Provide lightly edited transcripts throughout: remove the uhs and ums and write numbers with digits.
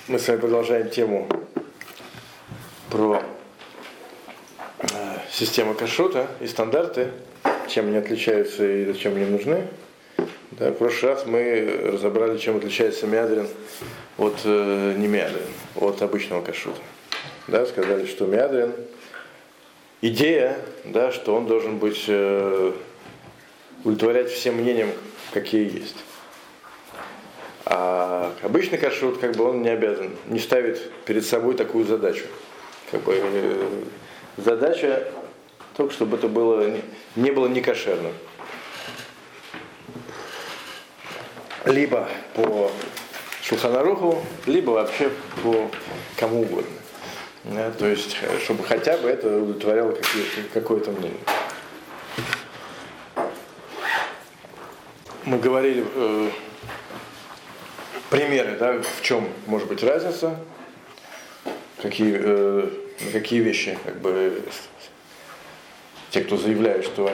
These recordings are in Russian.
Мы с вами продолжаем тему про систему кашрута и стандарты, чем они отличаются и зачем они нужны. Да, в прошлый раз мы разобрали, чем отличается меадрин от немеадрин, от обычного кашрута. Да, сказали, что меадрин, идея, да, что он должен быть удовлетворять всем мнениям, какие есть. А обычный кашрут, он не обязан, не ставит перед собой такую задачу. Задача только, чтобы это не было некошерным. Либо по Шулхан Аруху, либо вообще по кому угодно. Да, то есть, чтобы хотя бы это удовлетворяло какое-то мнение. Мы говорили примеры, да, в чем может быть разница, какие вещи, те, кто заявляют, что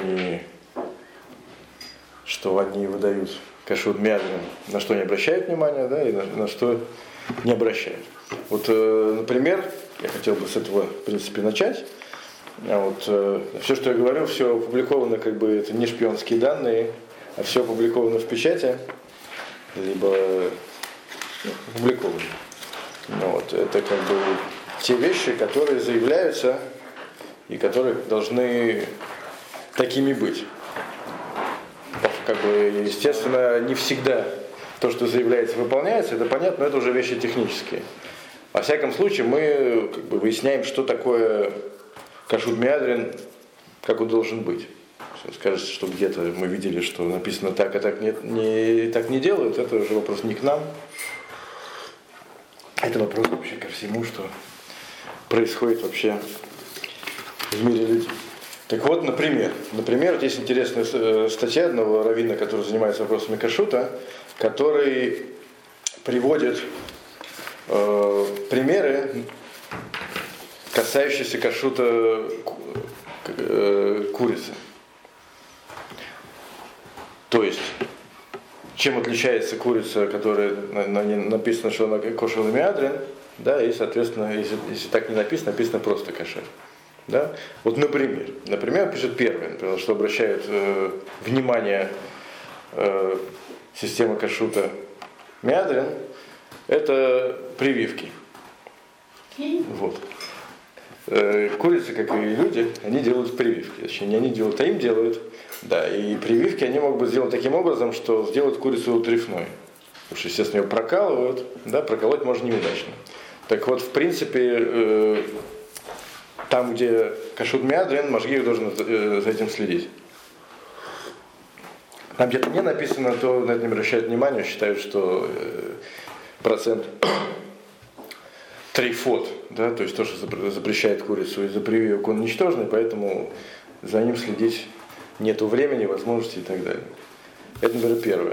они выдают кашрут меадрин, на что не обращают внимания, да, и на что не обращают. Вот, например, я хотел бы с этого, в принципе, начать. Все, что я говорю, все опубликовано, это не шпионские данные, а все опубликовано в печати, либо опубликовано. Это те вещи, которые заявляются и которые должны такими быть. Естественно, не всегда то, что заявляется, выполняется, это понятно, но это уже вещи технические. Во всяком случае, мы выясняем, что такое кашрут меадрин, как он должен быть. Скажется, что где-то мы видели, что написано так, а так так не делают, это уже вопрос не к нам. Это вопрос вообще ко всему, что происходит вообще в мире людей. Так вот, например, есть интересная статья одного раввина, который занимается вопросами кашрута, который приводит примеры, касающиеся кашрута курицы. То есть, чем отличается курица, которая написано, что она кошер меадрин, да, и, соответственно, если так не написано, написано просто кошер. Да? Вот, например, пишет первый, например, что обращает внимание система кашрута меадрин, это прививки. Вот. Курицы, как и люди, они делают прививки. Точнее, не они делают, а им делают. Да, и прививки они могут быть сделаны таким образом, что сделают курицу трефной. Потому что, естественно, ее прокалывают, да, проколоть можно неудачно. Так вот, в принципе, там, где кашрут меадрин, машгих должен за этим следить. Там где-то не написано, то на это не обращают внимания, считают, что процент трейфот, да, то есть то, что запрещает курицу из-за прививок, он ничтожный, поэтому за ним следить нету времени, возможности и так далее. Это, например, первое.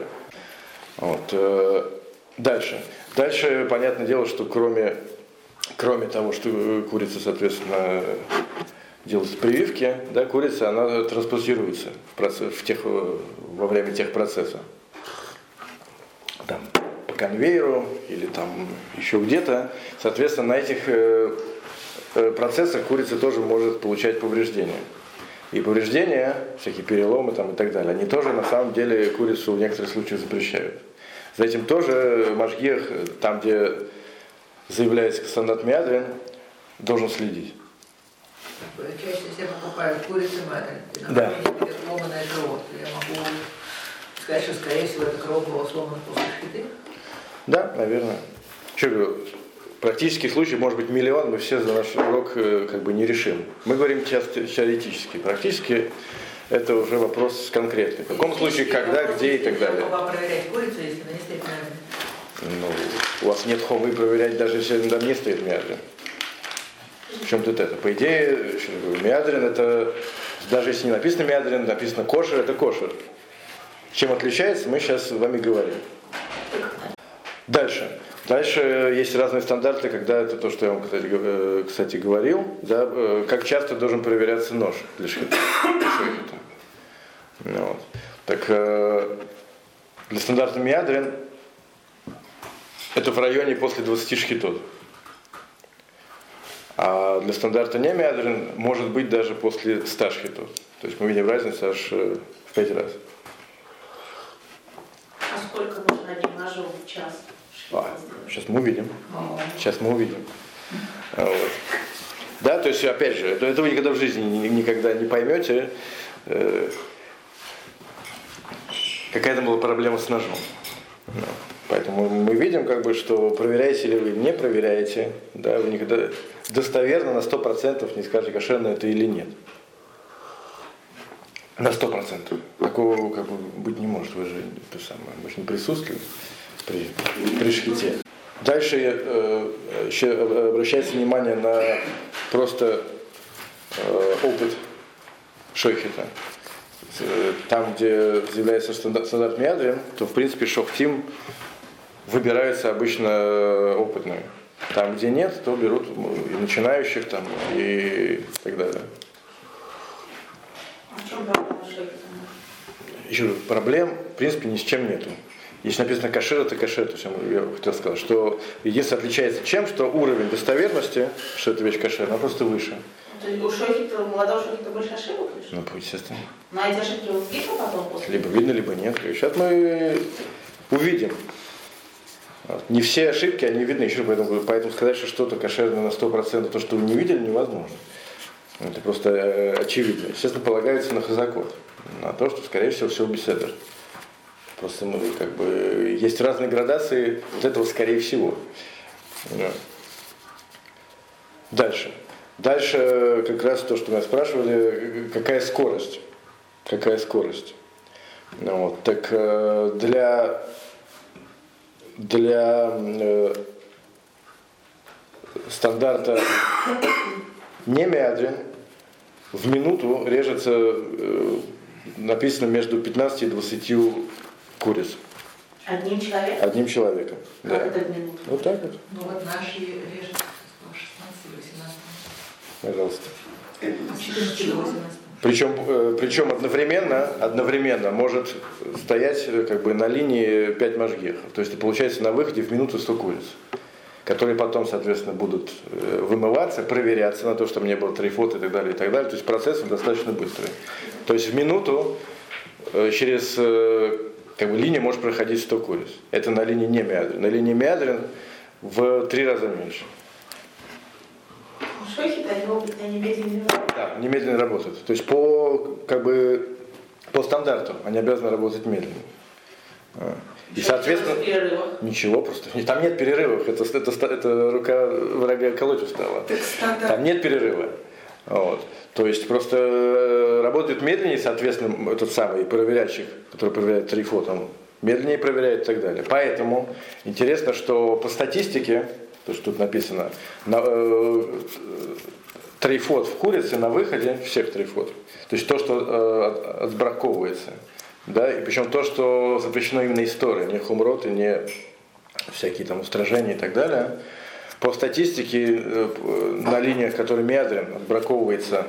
Дальше, понятное дело, что кроме того, что курица, соответственно, делается прививки, да, курица, она транспортируется во время тех процессов. Там, по конвейеру или там еще где-то. Соответственно, на этих процессах курица тоже может получать повреждения. И повреждения, всякие переломы там, и так далее, они тоже на самом деле курицу в некоторых случаях запрещают. За этим тоже машгих, там где заявляется стандарт меадрин, должен следить. Чаще всего покупают курицу меадрин, и на да. будет сломанное крыло. Я могу сказать, что, скорее всего, это крыло было сломано после шхиты? Да, наверное. Что говорю, практических случаев может быть миллион, мы все за наш урок не решим. Мы говорим часто теоретически. Практически это уже вопрос конкретный. В каком случае, когда, где и так далее. Вам проверять курицу, если на ней стоит меадрин? У вас нет хомы проверять, даже если там не стоит меадрин. В чем тут это? По идее, меадрин это, даже если не написано меадрин, написано кошер, это кошер. Чем отличается, мы сейчас с вами говорим. Дальше есть разные стандарты, когда это то, что я вам, кстати, говорил, да, как часто должен проверяться нож для шхита. Так, для стандарта меадрин это в районе после 20 шхитот. А для стандарта не мядрин может быть даже после 100 шхитот. То есть мы видим разницу аж в 5 раз. А сколько можно одним ножом в час? Сейчас мы увидим. Сейчас мы увидим. Вот. Да, то есть, опять же, этого вы никогда в жизни никогда не поймете. Какая-то была проблема с ножом. Поэтому мы видим, как бы, что проверяете ли вы, не проверяете, да, вы никогда достоверно на 100% не скажете, кошерно это или нет. На 100%. Такого как бы быть не может, вы же вы же не присутствовали при шхите. Дальше еще обращается внимание на просто опыт шохита. Там, где заявляется стандарт мядрин, то в принципе шохтим выбираются обычно опытные. Там, где нет, то берут и начинающих там, и так далее. А в чем проблема шохита? Еще проблем, в принципе, ни с чем нету. Если написано кашер, это кашер, то есть я хотел сказать, что единственное отличается чем, что уровень достоверности, что эта вещь кашер, она просто выше. У шохита, у молодого шохита больше ошибок? Ну, естественно. На эти ошибки вы видно потом после? Либо видно, либо нет. Сейчас мы увидим. Не все ошибки, они видны еще, поэтому сказать, что что-то кошерное на 100%, то, что вы не видели, невозможно. Это просто очевидно. Естественно, полагается на хазакот, на то, что, скорее всего, все беседер. Просто как бы есть разные градации вот этого, скорее всего. Дальше. Дальше как раз то, что меня спрашивали, какая скорость. Какая скорость. Вот. Так для стандарта не мядрин в минуту режется, написано, между 15 и 20 куриц. Одним человеком? Одним человеком. Как Да. это в минуту? Вот так вот. Ну вот наши режут 16 или 18. Пожалуйста. 14 или 18. Причем одновременно может стоять как бы на линии 5 машгехов. То есть получается на выходе в минуту 100 куриц, которые потом, соответственно, будут вымываться, проверяться на то, чтобы не было трейфот и так далее, и так далее. То есть процесс достаточно быстрый. То есть в минуту через как бы линию может проходить 100 куриц. Это на линии не мядрин. На линии мядрин в 3 раза меньше. Шохиты, они медленно работают. Да, немедленно работают. То есть по стандарту они обязаны работать медленно. И, соответственно, ничего просто. Там нет перерывов. Это рука врага колоть устала. Там нет перерыва. Вот. То есть просто работает медленнее, соответственно, этот самый проверяющих, который проверяет трейфот, он медленнее проверяет и так далее. Поэтому интересно, что по статистике, то, что тут написано, трейфот в курице на выходе, всех трейфот, то есть то, что отбраковывается, да, и причем то, что запрещено именно историей, не хумрот и не всякие там устражения и так далее, по статистике на линиях, которые мядрин, отбраковывается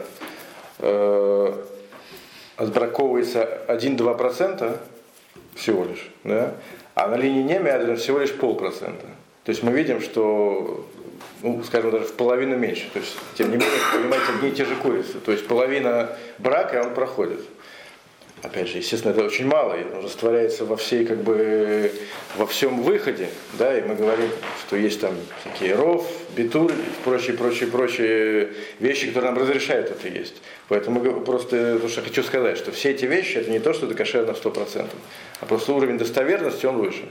1-2% всего лишь, да, а на линии не мядрин всего лишь 0,5%. То есть мы видим, что, скажем, даже в половину меньше. То есть, тем не менее, понимаете, одни и те же курицы. То есть половина брака он проходит. Опять же, естественно, это очень мало, и он растворяется во всем выходе, да, и мы говорим, что есть там такие ров, битуль и прочие вещи, которые нам разрешают это есть. Поэтому просто то, что я хочу сказать, что все эти вещи, это не то, что это кошерно 100%, а просто уровень достоверности, он выше.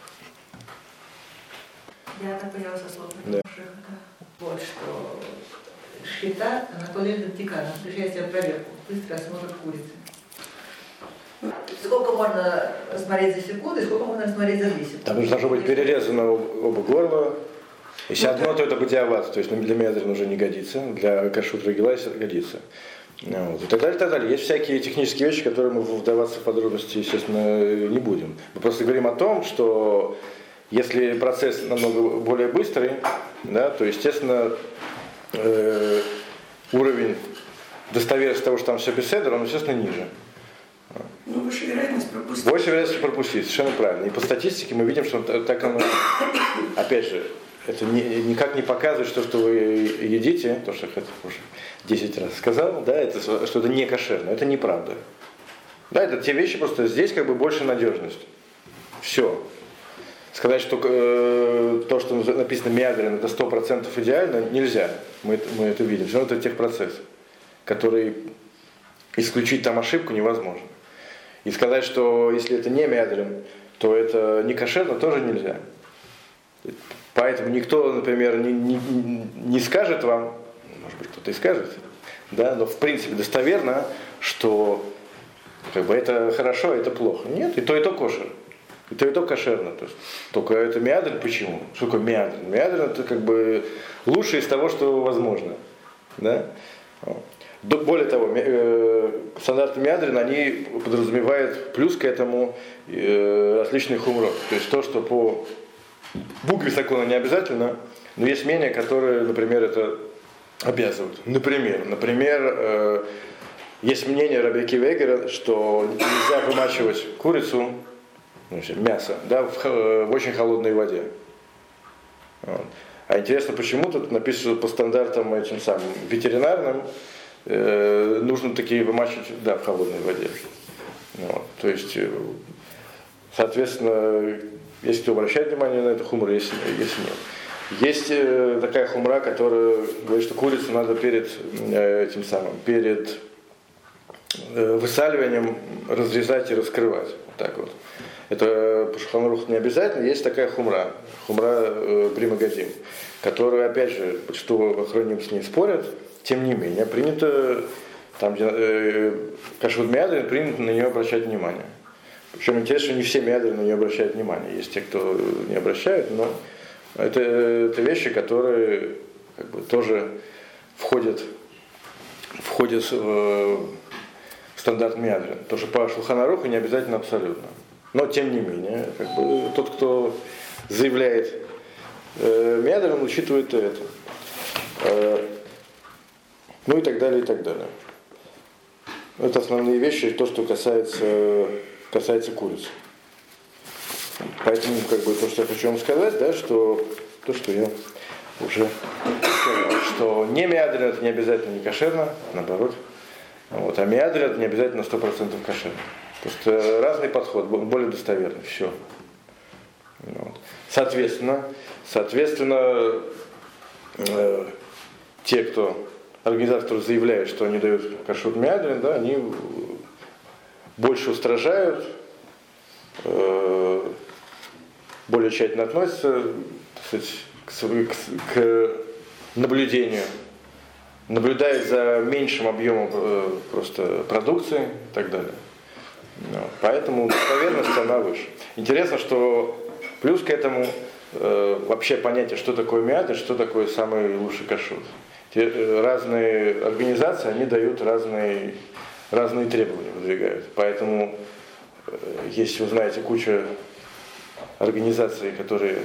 Я так поняла со слов Да. Шохита. Вот что шхита, она полезна тика, она включает в себя проверку, быстрый осмотр курицы. Сколько можно смотреть за секунду и сколько можно смотреть за 2 секунды? Там должно быть перерезано оба горла. Если одно, то это бадиават, то есть для мядрин уже не годится, для кашут регила годится. Вот. И так далее, так далее. Есть всякие технические вещи, которые мы вдаваться в подробности, естественно, не будем. Мы просто говорим о том, что если процесс намного более быстрый, да, то, естественно, уровень достоверности того, что там все беседер, он, естественно, ниже. Ну, выше вероятность пропустить. Больше вероятность пропустить, совершенно правильно. И по статистике мы видим, что так оно, опять же, это никак не показывает, что вы едите, то, что я уже 10 раз сказал, да, это, что это не кошерно, это неправда. Да, это те вещи, просто здесь как бы больше надежность. Все. Сказать, что то, что написано миадрин, это 100% идеально, нельзя. Мы это видим. Все равно это техпроцесс, который исключить там ошибку невозможно. И сказать, что если это не миадрин, то это не кошерно, тоже нельзя. Поэтому никто, например, не скажет вам, может быть, кто-то и скажет, да, но в принципе достоверно, что как бы это хорошо, а это плохо. Нет, и то кошер. И то кошерно. То есть, только это миадрин, почему? Что такое миадрин? Миадрин это как бы лучшее из того, что возможно. Да? Более того, стандарты миадрин, они подразумевают плюс к этому различные хумрот. То есть то, что по букве закона не обязательно, но есть мнения, которые, например, это обязывают. Например, есть мнение Раби Акива Эйгера, что нельзя вымачивать курицу, мясо, да, в очень холодной воде. Вот. А интересно, почему тут написано по стандартам этим самым ветеринарным, нужно такие вымачивать, да, в холодной воде. Вот. То есть, соответственно, если кто обращает внимание на эту хумру, если нет. Есть такая хумра, которая говорит, что курицу надо перед высаливанием разрезать и раскрывать. Вот так вот. Это по Шулхан Аруху не обязательно, есть такая хумра При Магазин, которая, опять же, большинство охраним с ней спорят, тем не менее, принято, там, где кашрут миадрин, принято на нее обращать внимание. Причем интересно, что не все миадры на нее обращают внимание. Есть те, кто не обращают, но это вещи, которые как бы, тоже входят в стандарт миадрин. То, что по Шулхан Аруху не обязательно абсолютно. Но тем не менее, как бы, тот, кто заявляет миадрин, он учитывает это. Ну и так далее, и так далее. Это основные вещи, то, что касается курицы. Поэтому, как бы, то, что я хочу вам сказать, да, что то, что я уже сказал, что не миадрин это не обязательно не кошерно, наоборот. Вот, а миадрин это не обязательно 100% кошерно. Просто разный подход, более достоверный, все. Вот. Соответственно, те, кто организаторы заявляют, что они дают кашрут миадрин, да, они больше устражают, более тщательно относятся, так сказать, к наблюдению, наблюдают за меньшим объемом просто продукции и так далее. Поэтому достоверность она выше. Интересно, что плюс к этому вообще понятие, что такое миадрин, что такое самый лучший кашрут. Разные организации, они дают разные требования, выдвигают. Поэтому, если вы знаете, куча организаций,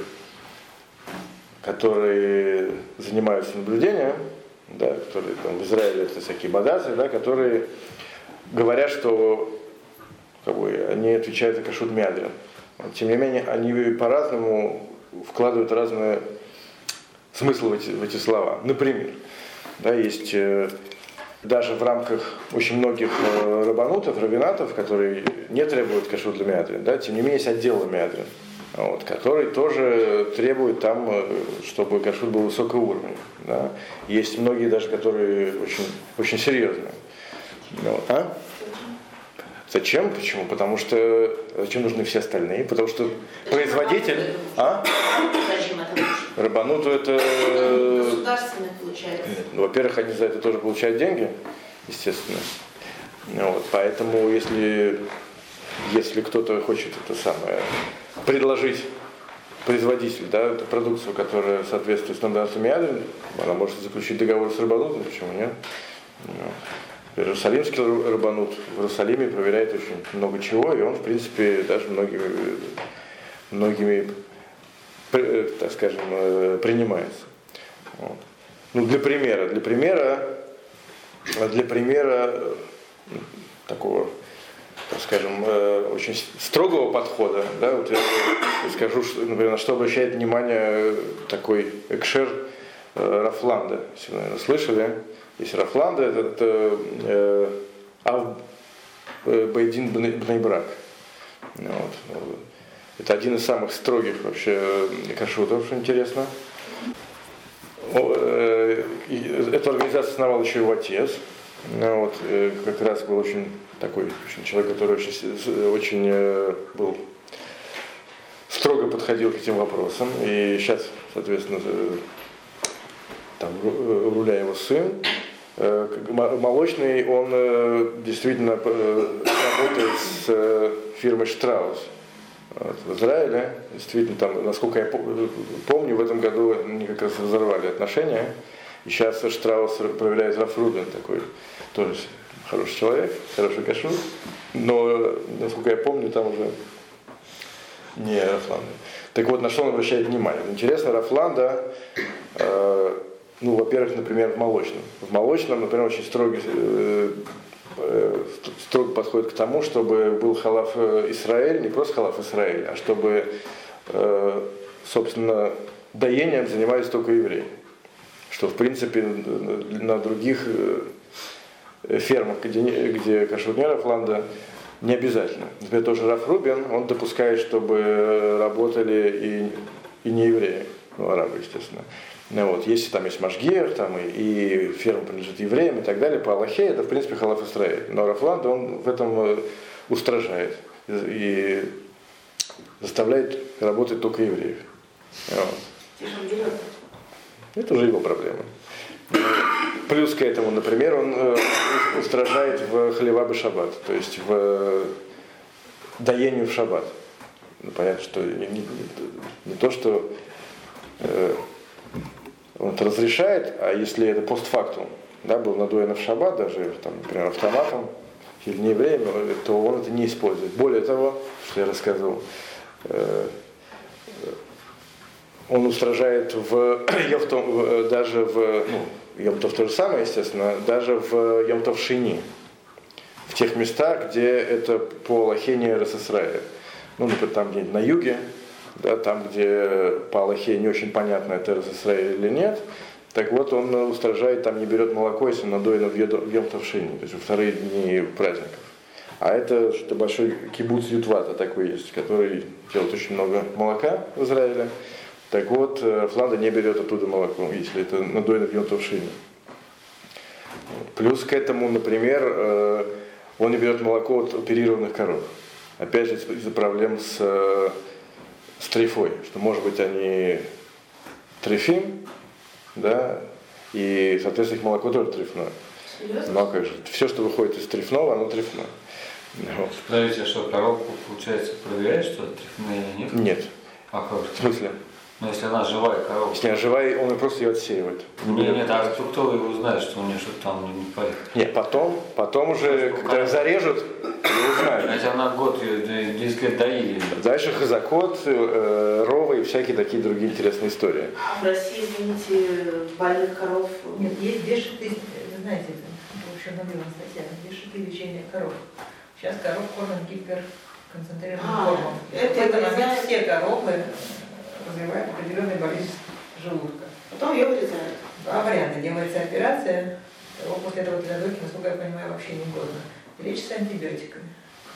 которые занимаются наблюдением, да, которые там, в Израиле это всякие бадазы, да, которые говорят, что как бы, они отвечают за кашрут миадрин. Тем не менее, они по-разному вкладывают разные смыслы в эти слова. Например, да, есть даже в рамках очень многих раввинатов, которые не требуют кашрут миадрин, да, тем не менее есть отдел миадрин, вот, который тоже требует там, чтобы кашрут был высокого уровня. Да. Есть многие даже, которые очень, очень серьезные. Вот. Зачем? Почему? Потому что зачем нужны все остальные? Потому что производитель... Зачем это нужно? Рабануту это... Государственное получается. Ну, во-первых, они за это тоже получают деньги, естественно. Вот, поэтому, если кто-то хочет это самое предложить производителю, да, эту продукцию, которая соответствует стандартам миадрин, она может заключить договор с рабанутом, почему нет? Иерусалимский рабанут в Иерусалиме проверяет очень много чего, и он, в принципе, даже многими так скажем, принимается. Вот. Ну, для примера такого так скажем, очень строгого подхода, да, вот я скажу, что, например, на что обращает внимание такой экшер Рафланда, если вы, наверное, слышали. Есть Рафланда, это Ав Бейдин Бней-Брак. Вот. Это один из самых строгих вообще кашрутов, что интересно. Эту организацию основал еще его отец. Вот, как раз был очень такой человек, который очень был строго подходил к этим вопросам. И сейчас, соответственно, там руля его сын. Молочный, он действительно работает с фирмой Штраус в Израиле. Действительно, там, насколько я помню, в этом году они как раз разорвали отношения. И сейчас Штраус проверяет Раф Рубин, такой тоже хороший человек, хороший кашрут. Но, насколько я помню, там уже не Рафланда. Так вот, на что он обращает внимание. Интересно, Рафланда, во-первых, например, в молочном. В молочном, например, очень строго подходит к тому, чтобы был халаф Исраэль, не просто халаф Исраэль, а чтобы, собственно, доением занимались только евреи. Что, в принципе, на других фермах, где кашрут не Рафланда, не обязательно. Например, тоже Раф Рубин, он допускает, чтобы работали и не евреи, арабы, естественно. Вот. Если там есть машгиах, там и ферма принадлежит евреям и так далее, по Аллахе это, в принципе, халаф Исраэль. Но Рафланд, он в этом устражает и заставляет работать только евреев. Вот. Это уже его проблема. Плюс к этому, например, он устражает в халива бе-шаббат, то есть в доению в шаббат. Понятно, что не то, что он это разрешает, а если это постфактум, да, был надоено в шаббат, даже, там, например, автоматом или не евреем, то он это не использует. Более того, что я рассказывал, он устражает даже в Йом-Тов то же самое, естественно, даже в Йом-Тов Шини, в тех местах, где это по Аллахе не Эрес Исраэль. Например, там где-нибудь на юге, да, там, где по Аллахе не очень понятно, это Эрес Исраэль или нет, так вот он устражает, там не берет молоко, если надоено в Йом-Тов Шини, то есть во вторые дни праздников. А это что большой кибуц Ютвата такой есть, который делает очень много молока в Израиле. Так вот, Фланда не берет оттуда молоко, если это надоено в Йом-Тов Шини. Плюс к этому, например, он не берет молоко от оперированных коров. Опять же, из-за проблем с трефой, что, может быть, они трефим, да, и, соответственно, их молоко тоже трефное. Но как же, все, что выходит из трефного, оно трефное. Вот. Подождите, а что, коровку, получается, проверяешь, что это трефное или нет? Нет. А как? В смысле? Ну, если она живая корова. Если она живая, он просто ее отсеивает. Нет, а кто его узнает, что у нее что-то там не порядок? Нет, потом уже, когда зарежут, его узнают. Хотя она год ее 10 лет доили. Дальше хазакот, ровы и всякие такие другие интересные истории. А в России, извините, больных коров... Нет, есть две шиты, вы знаете, это вообще новая статья, две шиты лечения коров. Сейчас коров кормят гиперконцентрированным кормом. Это В этот момент вырезают. все коровы развивают определенную болезнь желудка. Потом ее вырезают. Два варианта. Делается операция, после этого для дойки, насколько я понимаю, вообще не годно. Лечится антибиотиками.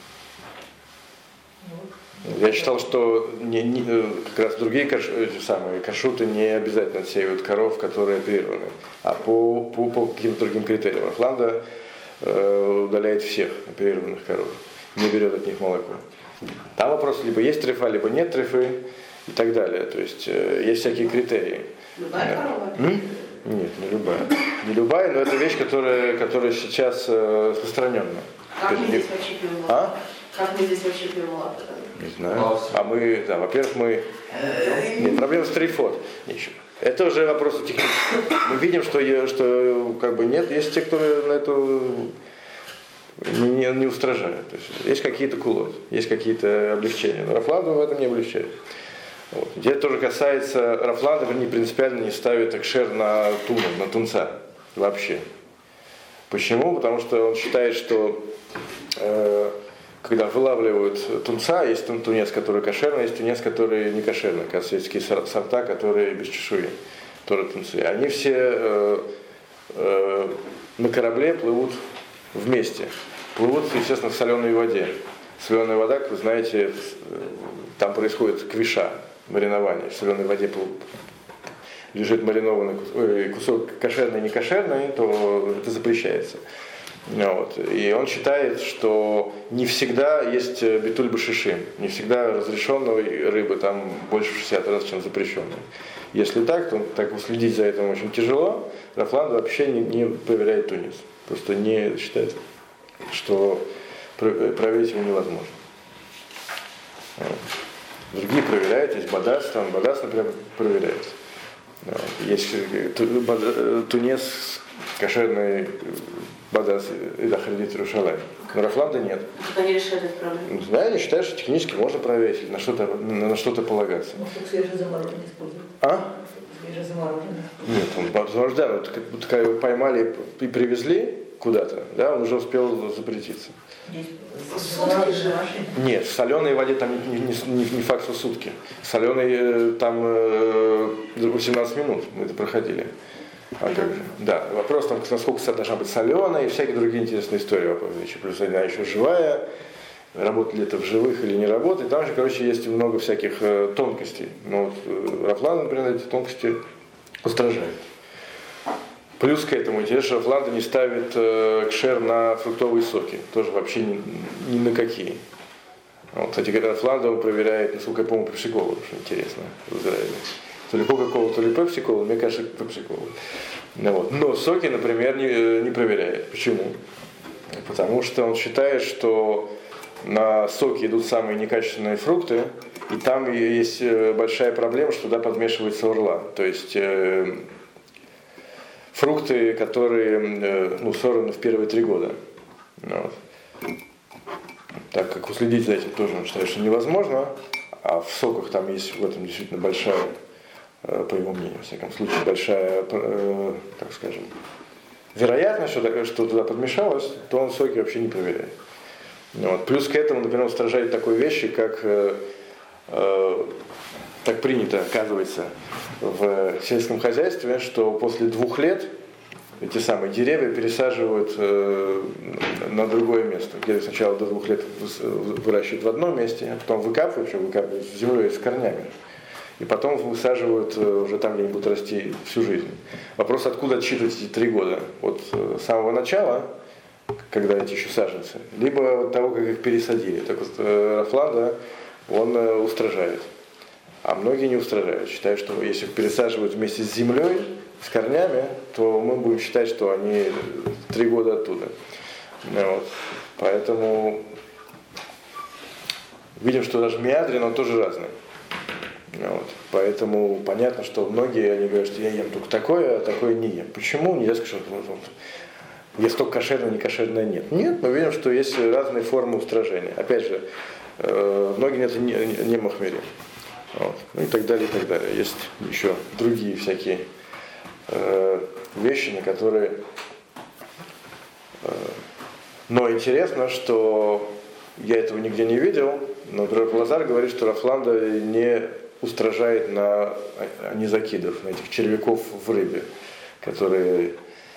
Вот. Я читал, что как раз другие кашруты не обязательно отсеивают коров, которые оперированы, а по каким-то другим критериям. Рафланда удаляет всех оперированных коров, не берет от них молоко. Там вопрос, либо есть трефа, либо нет трефы и так далее. То есть есть всякие критерии. Любая корова? Нет, не любая. Не любая, но это вещь, которая сейчас распространенна. Как мы здесь вообще пьем молоко? А? Как мы здесь вообще пьем молоко? Не знаю. А мы, да, во-первых, нет, проблема с трейфот. Это уже вопрос технический. Мы видим, что как бы нет, есть те, кто на это не устражают. То есть какие-то кулот, есть какие-то облегчения. Но Рафланда в этом не облегчает. Вот. Где тоже касается Рафланда, вернее, принципиально не ставит экшер на туну, на тунца вообще. Почему? Потому что он считает, что когда вылавливают тунца, есть тунец, который кошерный, есть тунец, который не кошерный. Оказывается, есть такие сорта, которые без чешуи, тоже тунцы. Они все на корабле плывут вместе. Плывут, естественно, в соленой воде. Соленая вода, как вы знаете, там происходит квиша, маринование. В соленой воде лежит маринованный кусок кошерный, не кошерный, то это запрещается. Вот. И он считает, что не всегда есть битуль башишим, не всегда разрешенной рыбы там больше в 60 раз, чем запрещенной. Если так, то так следить за этим очень тяжело. Рав Ланда вообще не проверяет тунец. Просто не считает, что проверить его невозможно. Вот. Другие проверяют, есть бадас, например, проверяет. Вот. Есть тунец кошерный бадас и дахалит Иерушалайм. Но Рав Ланда нет. Как они решают эту проблему? Да, они считают, что технически можно проверить, на что-то полагаться. Может, свежезамороженный используют? А? Свежезамороженный. Нет, он замороженный. Когда его поймали и привезли куда-то, да, он уже успел запретиться. Сутки же. Нет, в соленой воде там не факт, что сутки. В соленой там 18 минут мы это проходили. А как же? Да, вопрос там, насколько должна быть соленая и всякие другие интересные истории вокруг. Плюс она еще живая, работает ли это в живых или не работает. Там же, короче, есть много всяких тонкостей. Но вот Рав Ланда, например, эти тонкости устражает. Плюс к этому интересно, что Рав Ланда не ставит кшер на фруктовые соки. Тоже вообще ни на какие. Вот, кстати, Рав Ланда он проверяет, насколько я помню, пепси-колу, что интересно в Израиле. То ли Кока-Кола, то ли Пепси-Кола, мне кажется, Пепси-Кола. Ну, вот. Но соки, например, не проверяет. Почему? Потому что он считает, что на соки идут самые некачественные фрукты, и там есть большая проблема, что туда подмешивается орла. То есть фрукты, которые сорваны в первые 3 года. Вот. Так как уследить за этим тоже он считает, что невозможно, а в соках там есть в этом действительно большая, по его мнению, во всяком случае, большая, так скажем, вероятность, что туда подмешалось, то он соки вообще не проверяет. Вот. Плюс к этому, например, устражает такой вещи, как так принято, оказывается, в сельском хозяйстве, что после 2 лет эти самые деревья пересаживают на другое место, где сначала до 2 лет выращивают в одном месте, а потом выкапывают с землей, с корнями. И потом высаживают уже там, где они будут расти всю жизнь. Вопрос, откуда отсчитывать эти 3 года? От самого начала, когда эти еще саженцы, либо от того, как их пересадили. Так вот, Рав Ланда, он устражает. А многие не устражают. Считают, что если их пересаживают вместе с землей, с корнями, то мы будем считать, что они 3 года оттуда. Вот. Поэтому видим, что даже миадрин, он тоже разный. Вот. Поэтому понятно, что многие они говорят, что я ем только такое, а такое не ем. Почему? Нельзя сказать, что есть только кошерное, не кошерное нет. Нет, мы видим, что есть разные формы устражения. Опять же, многие это не махмери. Вот. Ну и так далее, и так далее. Есть еще другие всякие вещи, на которые... Но интересно, что я этого нигде не видел, но например, Лазар говорит, что Рав Ланда не устражает на низакидов, на этих червяков в рыбе, которые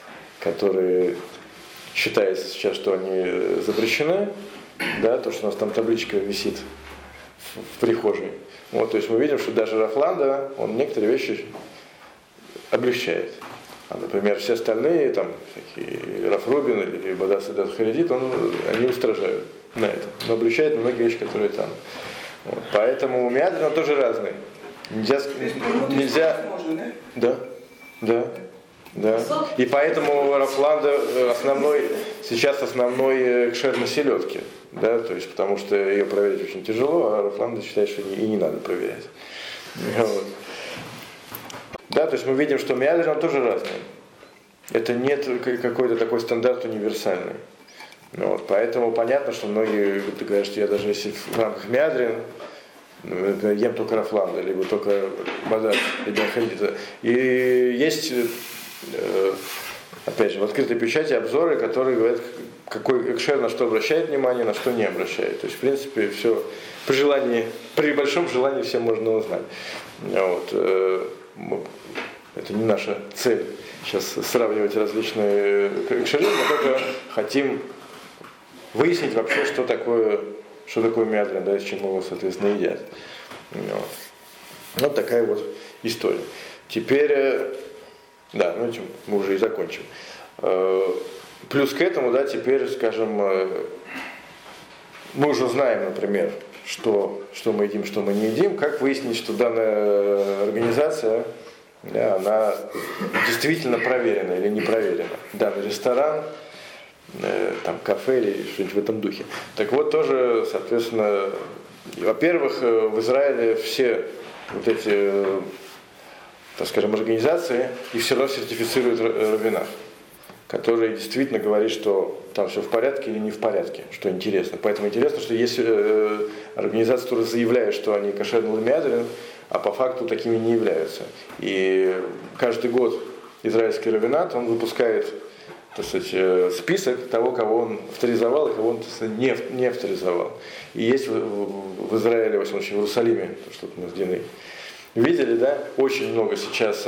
считается сейчас, что они запрещены, да, то, что у нас там табличка висит в прихожей. Вот, то есть мы видим, что даже Рав Ланда, он некоторые вещи облегчает. А, например, все остальные, там, всякие Рав Рубин или Бадас и Дахалит, они устражают на это. Но облегчает многие вещи, которые там. Вот. Поэтому миадрин тоже разный. Нельзя... Да. И поэтому Рав Ланда сейчас основной кшер на селедке. Да, то есть, потому что ее проверить очень тяжело, а Рав Ланда считает, что и не надо проверять. Вот. Да, то есть мы видим, что миадрин он тоже разный. Это нет какой-то такой стандарт универсальный. Вот, поэтому понятно, что многие говорят, что я даже если в рамках миадрин ем только Рав Ланда, либо только бадас, либо халита. И есть опять же, в открытой печати обзоры, которые говорят, какой экшер на что обращает внимание, на что не обращает. То есть, в принципе, все при желании, при большом желании всем можно узнать. Вот. Это не наша цель сейчас сравнивать различные экшеры, мы только хотим выяснить вообще, что такое миадрин, да, с чем его, соответственно, едят. Вот такая вот история. Теперь, да, ну этим мы уже и закончим. Плюс к этому, да, теперь, скажем, мы уже знаем, например, что мы едим, что мы не едим, как выяснить, что данная организация, да, она действительно проверена или не проверена. Данный ресторан, там кафе или что-нибудь в этом духе. Так вот, тоже, соответственно, во-первых, в Израиле все вот эти, так скажем, организации их все равно сертифицируют раввинах, которые действительно говорят, что там все в порядке или не в порядке, что интересно. Поэтому интересно, что есть организации, которые заявляют, что они кошерный миадрин, а по факту такими не являются. И каждый год израильский раввинат, он выпускает, так сказать, список того, кого он авторизовал и кого он, так сказать, не авторизовал. И есть в Израиле, во всяком случае, в Иерусалиме, что мы с Диной видели, да, очень много сейчас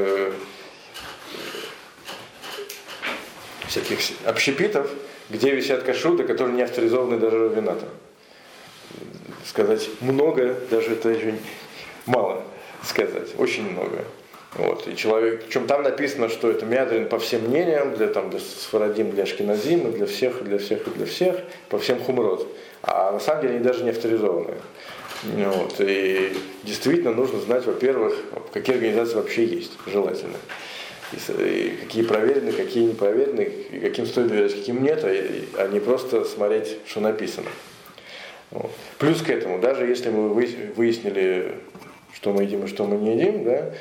всяких общепитов, где висят кашруты, которые не авторизованы даже раввинатом. Сказать много, даже это еще мало сказать, очень много. Вот. И человек, причем там написано, что это миадрин по всем мнениям, для сфарадим, для ашкеназим, и для всех, по всем хумрот. А на самом деле они даже не авторизованы. Вот. И действительно нужно знать, во-первых, какие организации вообще есть, желательно. И какие проверены, какие не проверены, и каким стоит доверять, каким нет, а не просто смотреть, что написано. Вот. Плюс к этому, даже если мы выяснили, что мы едим и что мы не едим, да,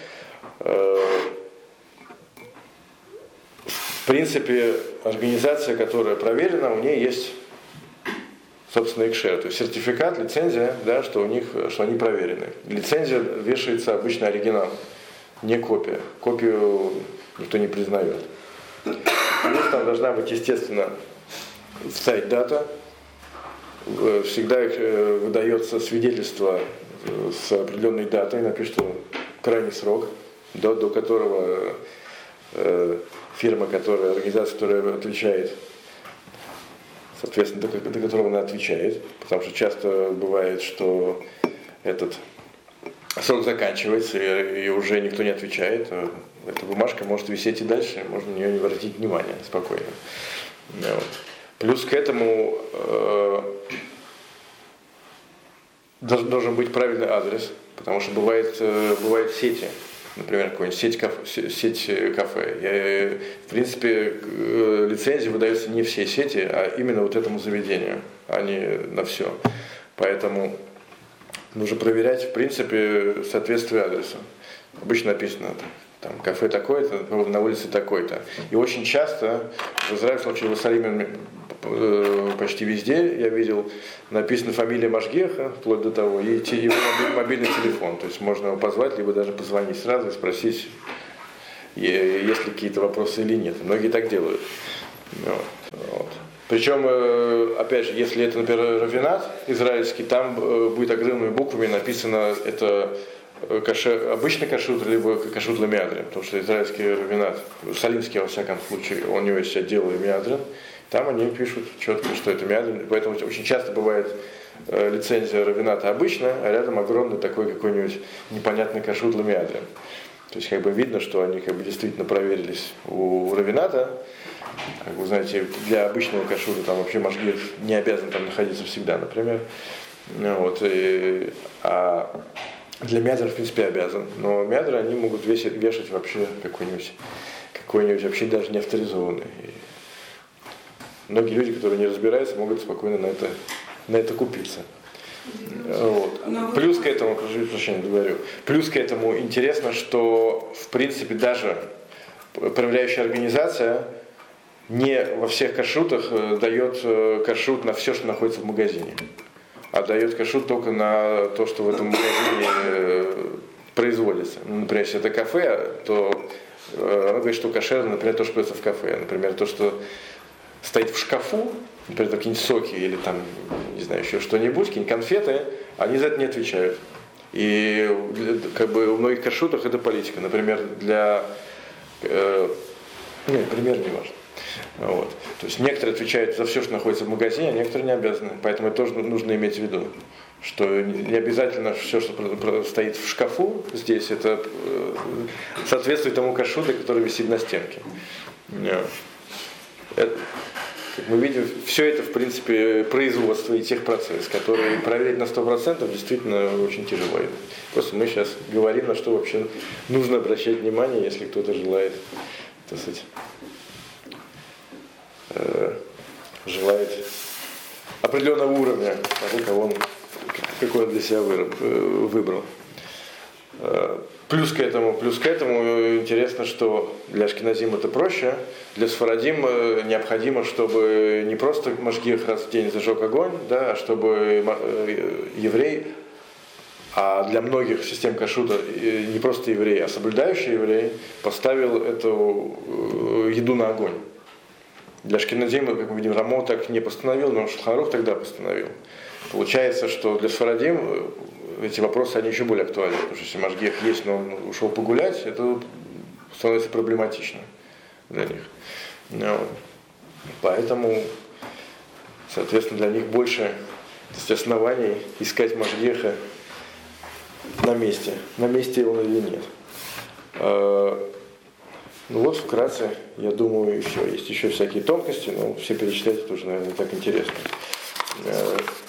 в принципе, организация, которая проверена, у нее есть собственно экшер, то есть сертификат, лицензия, да, что они проверены. Лицензия вешается обычно оригинал, не копия. Копию никто не признает. Здесь там должна быть, естественно, стоять дата. Всегда выдается свидетельство с определенной датой, напишется крайний срок, до которого фирма, организация, которая отвечает, соответственно, до которого она отвечает, потому что часто бывает, что этот срок заканчивается и уже никто не отвечает. Эта бумажка может висеть и дальше, можно на нее не обратить внимания спокойно. Вот. Плюс к этому должен быть правильный адрес, потому что бывают сети, например, какая-нибудь сеть кафе. В принципе, лицензии выдаются не все сети, а именно вот этому заведению, а не на все. Поэтому нужно проверять, в принципе, соответствие адресу. Обычно написано там кафе такое-то, на улице такой-то. И очень часто, в Израиле, в случае в Иерусалиме, почти везде я видел, написана фамилия Машгеха, вплоть до того, и его мобильный телефон. То есть можно его позвать, либо даже позвонить сразу и спросить, есть ли какие-то вопросы или нет. Многие так делают. Вот. Причем, опять же, если это, например, раввинат израильский, там будет огромными буквами написано это обычный кашрут, либо кашрут ламиадрин, потому что израильский раввинат, салимский во всяком случае, у него есть отдел ламиадрин, там они пишут четко, что это миадрин, поэтому очень часто бывает лицензия раввината обычная, а рядом огромный такой какой-нибудь непонятный кашрут ламиадрин. То есть как бы видно, что они как бы действительно проверились у раввината. Как вы знаете, для обычного кашрута там вообще машгих не обязан там находиться всегда, например. Вот, а для мядра, в принципе, обязан. Но мядры они могут вешать вообще какой-нибудь вообще даже не авторизованный. И многие люди, которые не разбираются, могут спокойно на это купиться. Вот. Плюс к этому, плюс к этому интересно, что в принципе даже проверяющая организация не во всех кашрутах дает кашрут на все, что находится в магазине, а дает кашрут только на то, что в этом магазине производится. Например, если это кафе, то она говорит, что кошерно, например, то, что продается в кафе. Например, то, что стоит в шкафу, например, какие-нибудь соки или там, не знаю, еще что-нибудь, какие-нибудь конфеты, они за это не отвечают. И как бы у многих кашрутах это политика. Например, пример не важно. Вот. То есть некоторые отвечают за все, что находится в магазине, а некоторые не обязаны. Поэтому это тоже нужно иметь в виду. Что не обязательно все, что стоит в шкафу здесь, это соответствует тому кашруту, который висит на стенке. Это, как мы видим, все это, в принципе, производство и техпроцесс, который проверить на 100% действительно очень тяжело. Просто мы сейчас говорим, на что вообще нужно обращать внимание, если кто-то желает, так сказать, желает определенного уровня того, кого он, какой он для себя выбрал. Плюс к этому интересно, что для ашкеназим это проще, для сфарадим необходимо, чтобы не просто машгих раз в день зажег огонь, да, а чтобы еврей, а для многих систем кашрута не просто еврей, а соблюдающий еврей, поставил эту еду на огонь. Для ашкеназим, как мы видим, Рамо так не постановил, но Шулхан Арух тогда постановил. Получается, что для сфарадим эти вопросы, они еще более актуальны, потому что если машгех есть, но он ушел погулять, это становится проблематично для них. Поэтому, соответственно, для них больше оснований искать машгеха на месте он или нет. Ну вот, вкратце, я думаю, и все. Есть еще всякие тонкости, но все перечислять тоже, наверное, не так интересно.